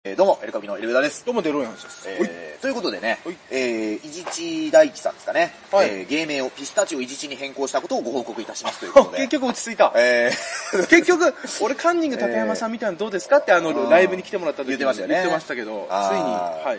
どうも、エルカビのエルベダです。 どうも、デロイヤンです。 ということでね、伊地知大輝さんですかね、 はい、 芸名をピスタチオ伊地知に変更したことをご報告いたしますということで。 結局落ち着いた。結局、俺カンニング竹山さんみたいなのどうですかってライブに来てもらった時に言ってましたよね。 言ってましたけど、ついに、はい。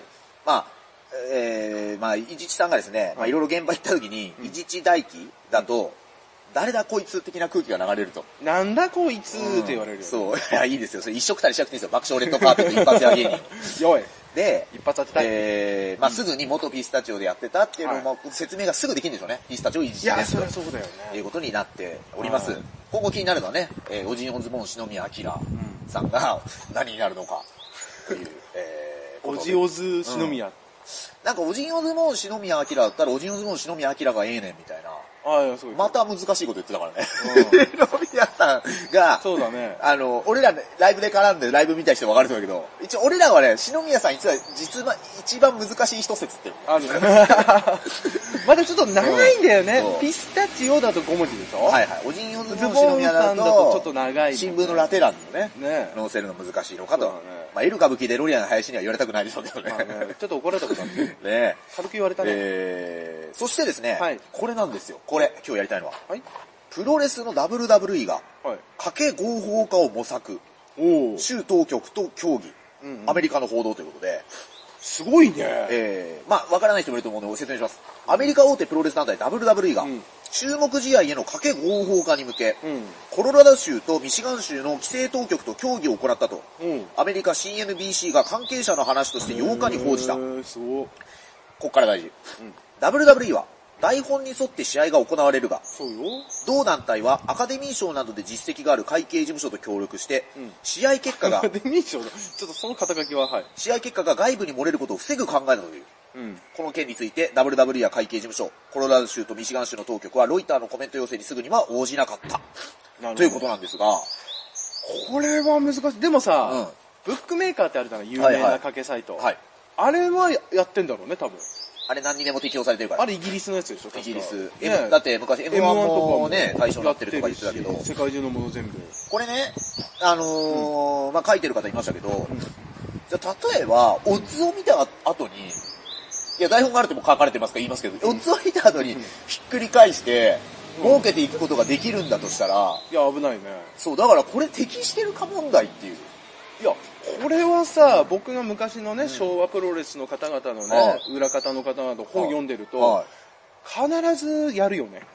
まあ、伊地知さんがですね、いろいろ現場行った時に、伊地知大輝だと、誰だこいつ的な空気が流れると。 なんだこいつって言われるよ、ねそう。いや、いいですよ。それ一色たりしなくていいですよ。爆笑レッドカーペット一発屋芸人。 よい。 で、 一発当てたい。 まあすぐに元ピスタチオでやってたっていうのも、説明がすぐできるんでしょうね。ピスタチオ伊地知です。 いや、そりゃそうだよね。 いうことになっております。今後気になるのはね、オジンオズボーン篠宮明さんが何になるのかという、 オジオズ篠宮。 なんかオジンオズボーン篠宮明だったら、オジンオズボーン篠宮明がええねんみたいな。また難しいこと言ってたからね。篠宮さんが、 そうだね。 俺らライブで絡んでライブ見た人分かると思うけど、一応俺らはね、篠宮さん実は一番難しい一説ってあるね。まだちょっと長いんだよね。ピスタチオだと5文字でしょ。 はいはい。オジンオズボーン篠宮だとちょっと長い。 新聞のラテ欄のね、載せるの難しいのかと。まあ、エル歌舞伎でロリアンの林には言われたくないでしょうけどね。 ちょっと怒られたことあるね。 軽く言われたね。 そしてですね、これなんですよ。これ、今日やりたいのは。 はい。 プロレスの WWE が、賭け合法化を模索。州当局と協議。アメリカの報道ということで。 すごいね。 まあ、わからない人もいると思うので説明します。アメリカ大手プロレス団体 WWE が、注目試合への賭け合法化に向け、コロラド州とミシガン州の規制当局と協議を行ったと、アメリカ CNBC が関係者の話として8日に報じた。こっから大事。WWE は、台本に沿って試合が行われるが、同団体はアカデミー賞などで実績がある会計事務所と協力して、試合結果が、 アカデミー賞だ。ちょっとその肩書きは、はい。 試合結果が外部に漏れることを防ぐ考えだという。この件について WWE や会計事務所、コロラド州とミシガン州の当局はロイターのコメント要請にすぐには応じなかった。ということなんですが。 これは難しい。でもさ、ブックメーカーってあるじゃない、有名な賭けサイト。あれはやってんだろうね、多分。 あれ何にでも適用されてるから。 あれイギリスのやつでしょ、 イギリス。だって昔 M1 もね、対象になってるとか言ってたけど。 世界中のもの全部。 これね、まあ書いてる方いましたけど、じゃ例えば、オッズを見た後に、いや、台本があるっても書かれてますから言いますけど、オッズを見た後にひっくり返して、儲けていくことができるんだとしたら、 いや、危ないね。 そう、だからこれ適してるか問題っていう。 いや、これはさ、僕が昔のね、昭和プロレスの方々のね、裏方の方々本読んでると、必ずやるよね。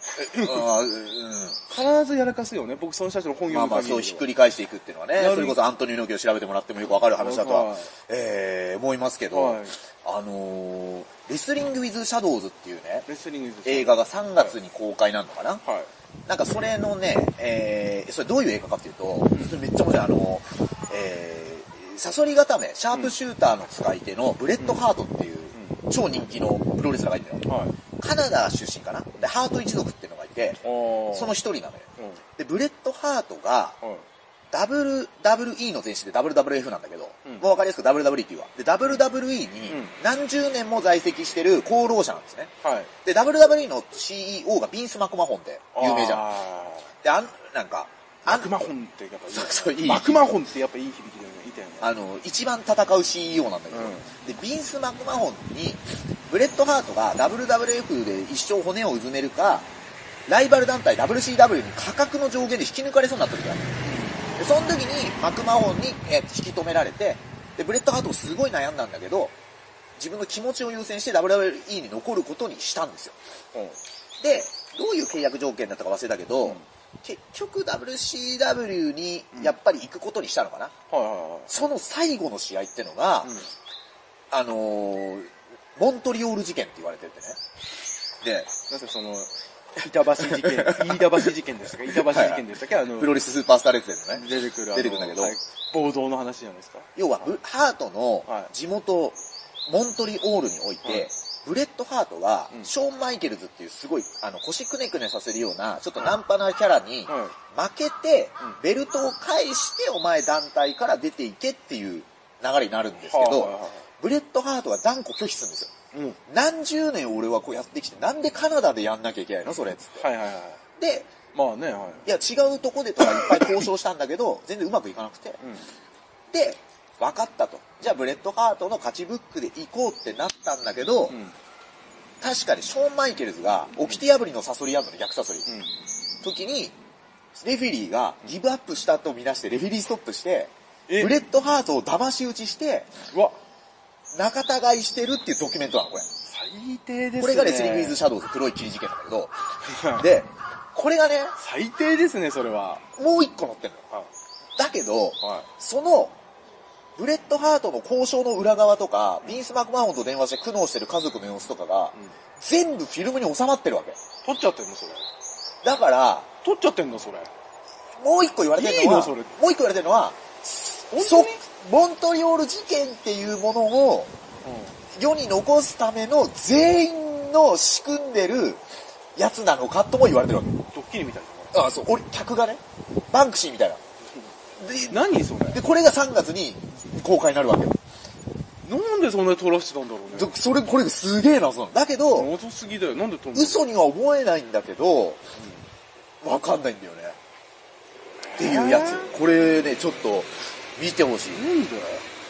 必ずやらかすよね。僕その人たちの本読む限り。 まあそうひっくり返していくっていうのはね、それこそアントニオ猪木を調べてもらってもよくわかる話だとは、思いますけど、レスリング・ウィズ・シャドウズっていうね、映画が3月に公開なのかな。なんかそれのね、それどういう映画かっていうと、それめっちゃ面白い。サソリ固め、シャープシューターの使い手のブレッド・ハートっていう超人気のプロレスラーがいるのよ。カナダ出身かなで、ハート一族っていうのがいて、その一人なのよ。で、ブレッド・ハートが、WWE の前身で WWF なんだけど、もうわかりやすく WWE っていうわ。で、WWE に何十年も在籍してる功労者なんですね。で、WWE の CEO がビンス・マクマホンで有名じゃん。で、なんか、 マクマホンってやっぱいい。 そういい。 マクマホンってやっぱいい響きだよね。いたよね。 一番戦う CEO なんだけど、で、ビンス・マクマホンに、ブレッド・ハートが WWF で一生骨をうずめるか、ライバル団体 WCW に価格の上限で引き抜かれそうになった時がある。で、その時にマクマホンに引き止められて、で、ブレッド・ハートもすごい悩んだんだけど、自分の気持ちを優先して WWE に残ることにしたんですよ。で、どういう契約条件だったか忘れたけど、結局 WCW にやっぱり行くことにしたのかな。その最後の試合ってのが、モントリオール事件って言われててね。 で、なんかその、板橋事件、飯田橋事件でしたか板橋事件でしたっけプロレススーパースター列伝のね。 出てくるんだけど、暴動の話じゃないですか。 要は、ハートの地元、モントリオールにおいて、ブレッド・ハートが、ショーン・マイケルズっていうすごい、腰くねくねさせるような、ちょっとナンパなキャラに、負けて、ベルトを返して、お前団体から出ていけっていう流れになるんですけど、ブレッド・ハートが断固拒否するんですよ。何十年俺はこうやってきて、なんでカナダでやんなきゃいけないのそれっつって。で、 まあね、 いや違うとこでとかいっぱい交渉したんだけど、全然うまくいかなくて。で、 分かったと。じゃあブレッドハートの勝ちブックで行こうってなったんだけど、確かにショーン・マイケルズが、掟破りのサソリアンドの逆サソリ、時に、レフェリーがギブアップしたと見なして、レフェリーストップして、ブレッドハートを騙し討ちして、仲違いしてるっていうドキュメントなの、これ。 最低ですね。 これがレスリング・ウィズ・シャドウズ黒い霧事件なんだけど、で、これがね、 最低ですね、それは。 もう一個載ってんの。だけど、その、ブレッドハートの交渉の裏側とか、ビンス・マクマホンと電話して苦悩してる家族の様子とかが、全部フィルムに収まってるわけ。 撮っちゃってんの、それ。 だから、 撮っちゃってんの、それ。 もう一個言われてるのは、もう一個言われてるのは、モントリオール事件っていうものを、世に残すための全員の仕組んでるやつなのかとも言われてるわけ。 ドッキリみたいな。あ、そう、客がね、バンクシーみたいな。 何それで、これが3月に公開になるわけよ。 なんでそんなに撮らしてたんだろうね。 これがすげえ謎なの。だけど、 謎すぎだよ。なんで撮んの？ 嘘には思えないんだけど、わかんないんだよね。っていうやつ。これね、ちょっと見てほしい。 なんで？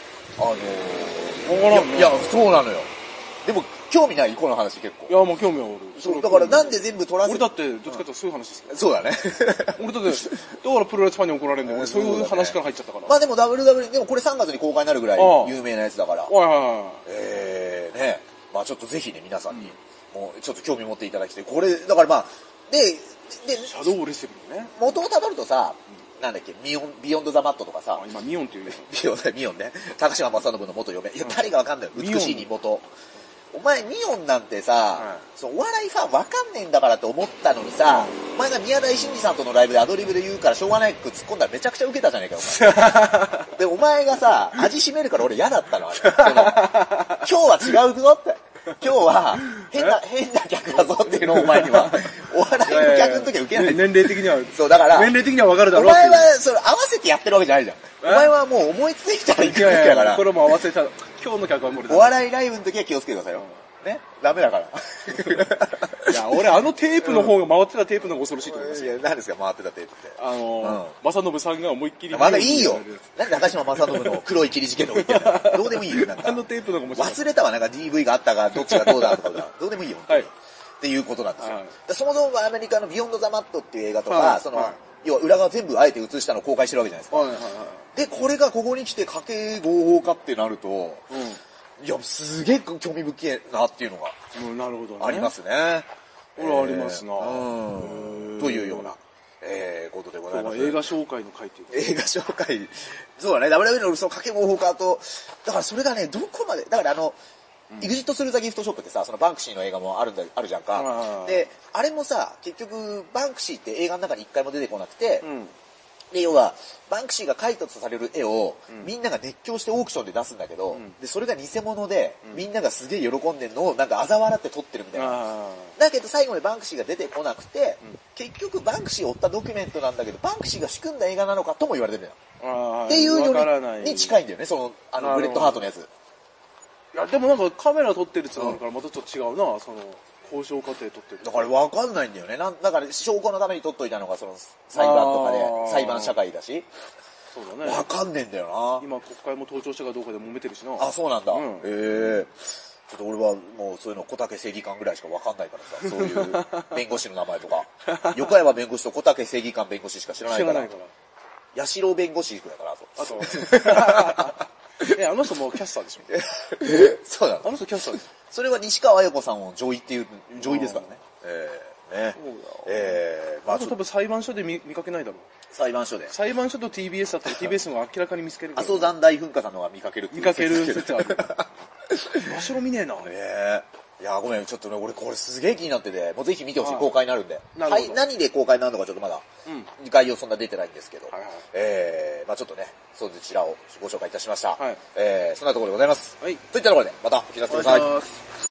いや、そうなのよ。でも、興味ないこの話結構。 いや、もう興味はある。 そう、だからなんで全部撮らせ俺だって、どっちかっていうとそういう話ですから。 そうだね。 俺だって、だからプロレスファンに怒られるんだよ。俺そういう話から入っちゃったから。 まあでも WW、でもこれ3月に公開になるぐらい有名なやつだから。ね、まあちょっとぜひね、皆さんに、もうちょっと興味持っていただきたい。これ、だからまあ、で、 シャドウレスリングね。 元をたどるとさ、なんだっけ、ビヨンドザマットとかさ。 今、ミヨンっていう。 ミヨンね。高島正信の元嫁。いや、誰がわかんないよ。美しいに元。お前、ミヨンなんてさ、お笑いファンわかんねえんだからと思ったのにさ、お前が宮台真司さんとのライブでアドリブで言うからしょうがないく突っ込んだらめちゃくちゃウケたじゃねえかよ、お前。で、お前がさ、味しめるから俺嫌だったの、あれ。今日は違うぞって。今日は変な客だぞっていうのをお前には、お笑いの客の時は受けない。 年齢的には。 そう、だから、 年齢的にはわかるだろう。 お前はそれ合わせてやってるわけじゃないじゃん。お前はもう思いついたら行くわけだから。 これも合わせた。今日の客は無理だ。 お笑いライブの時は気をつけてくださいよ。ね、ダメだから。 いや、俺テープの方が回ってたテープの方が恐ろしいと思いますよ。 いや、何ですか回ってたテープって。 正信さんが思いっきり。 まだいいよ。なんで中島正信の黒い霧事件の言ってんだ。どうでもいいよ、なんか。 テープの方が面白い。 忘れたわ、なんか DV があったか、どっちがどうだとかどうでもいいよ。はい。っていうことなんですよ。そもそもアメリカのビヨンド・ザ・マットっていう映画とか、要は裏側全部あえて映したのを公開してるわけじゃないですか。で、これがここに来て家計合法化ってなると、いや、すげえ興味深いなっていうのが、 なるほどね。 ありますね。 これはありますな。 というような、ことでございます。 映画紹介の回っていう映画紹介、そうだね、WW のその家計合法化と、だからそれがね、どこまで、だからエグジットスルーザギフトショップってさ、そのバンクシーの映画もあるじゃんか。で、あれもさ、結局、バンクシーって映画の中に一回も出てこなくて、で、要は、バンクシーが描いたとされる絵を、みんなが熱狂してオークションで出すんだけど、で、それが偽物で、みんながすげえ喜んでるのを、なんか嘲笑って撮ってるみたいな。だけど最後にバンクシーが出てこなくて、結局バンクシーを追ったドキュメントなんだけど、バンクシーが仕組んだ映画なのかとも言われてるのよ。っていうのに近いんだよね、その、ブレッドハートのやつ。 いや、でもなんかカメラ撮ってるってのがあるからまたちょっと違うな、その、交渉過程撮ってる。 だから分かんないんだよね。だから証拠のために撮っといたのが、その、裁判とかで、裁判社会だし。 そうだね。 分かんねえんだよな。 今国会も登庁したかどうかで揉めてるしな。 あ、そうなんだ。ちょっと俺はもうそういうの小竹正義官ぐらいしか分かんないからさ、そういう弁護士の名前とか。横山弁護士と小竹正義官弁護士しか知らないから。八代弁護士ぐらいかな、 あと。あの人もキャスターでしょ。 そうなの。 あの人キャスターです。 それは西川彩子さんを女医っていう、女医ですからね。 まあ多分裁判所で見かけないだろう。 裁判所で。 裁判所と TBS だったら TBS も明らかに見つける。 阿蘇山大噴火さんのが見かけるっていう。 見かける説ある。場所見ねえな。 いや、ごめん、ちょっとね、俺これすげえ気になってて、もうぜひ見てほしい、公開になるんで。はい、何で公開になるのかちょっとまだ、概要そんな出てないんですけど、まあちょっとね、そちらをご紹介いたしました。そんなところでございます。といったところで、またお聞かせください。